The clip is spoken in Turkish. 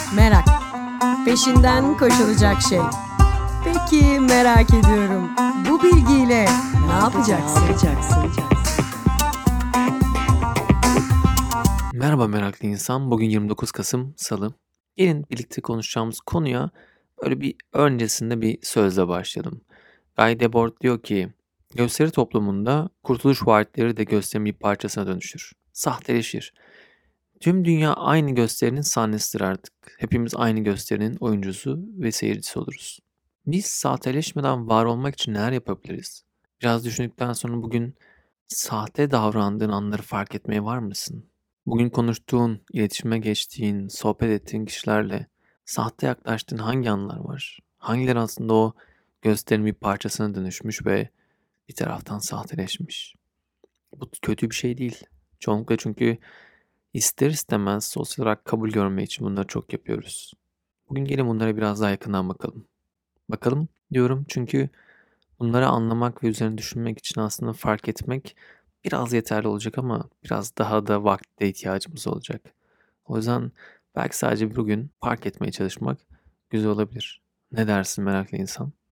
Merak. Peşinden koşulacak şey. Peki merak ediyorum. Bu bilgiyle ne yapacaksın? Merhaba meraklı insan. Bugün 29 Kasım Salı. Gelin birlikte konuşacağımız konuya böyle bir öncesinde bir sözle başlayalım. Guy Debord diyor ki, gösteri toplumunda kurtuluş vaatleri de gösterinin bir parçasına dönüşür. Sahteleşir. Tüm dünya aynı gösterinin sahnesidir artık. Hepimiz aynı gösterinin oyuncusu ve seyircisi oluruz. Biz sahteleşmeden var olmak için neler yapabiliriz? Biraz düşündükten sonra bugün sahte davrandığın anları fark etmeye var mısın? Bugün konuştuğun, iletişime geçtiğin, sohbet ettiğin kişilerle sahte yaklaştığın hangi anlar var? Hangileri aslında o gösterinin bir parçasına dönüşmüş ve bir taraftan sahteleşmiş? Bu kötü bir şey değil. Çoğunlukla çünkü ister istemez sosyal olarak kabul görmek için bunları çok yapıyoruz. Bugün gelin bunlara biraz daha yakından bakalım. Bakalım diyorum çünkü bunları anlamak ve üzerine düşünmek için aslında fark etmek biraz yeterli olacak ama biraz daha da vakte ihtiyacımız olacak. O yüzden belki sadece bugün fark etmeye çalışmak güzel olabilir. Ne dersin meraklı insan?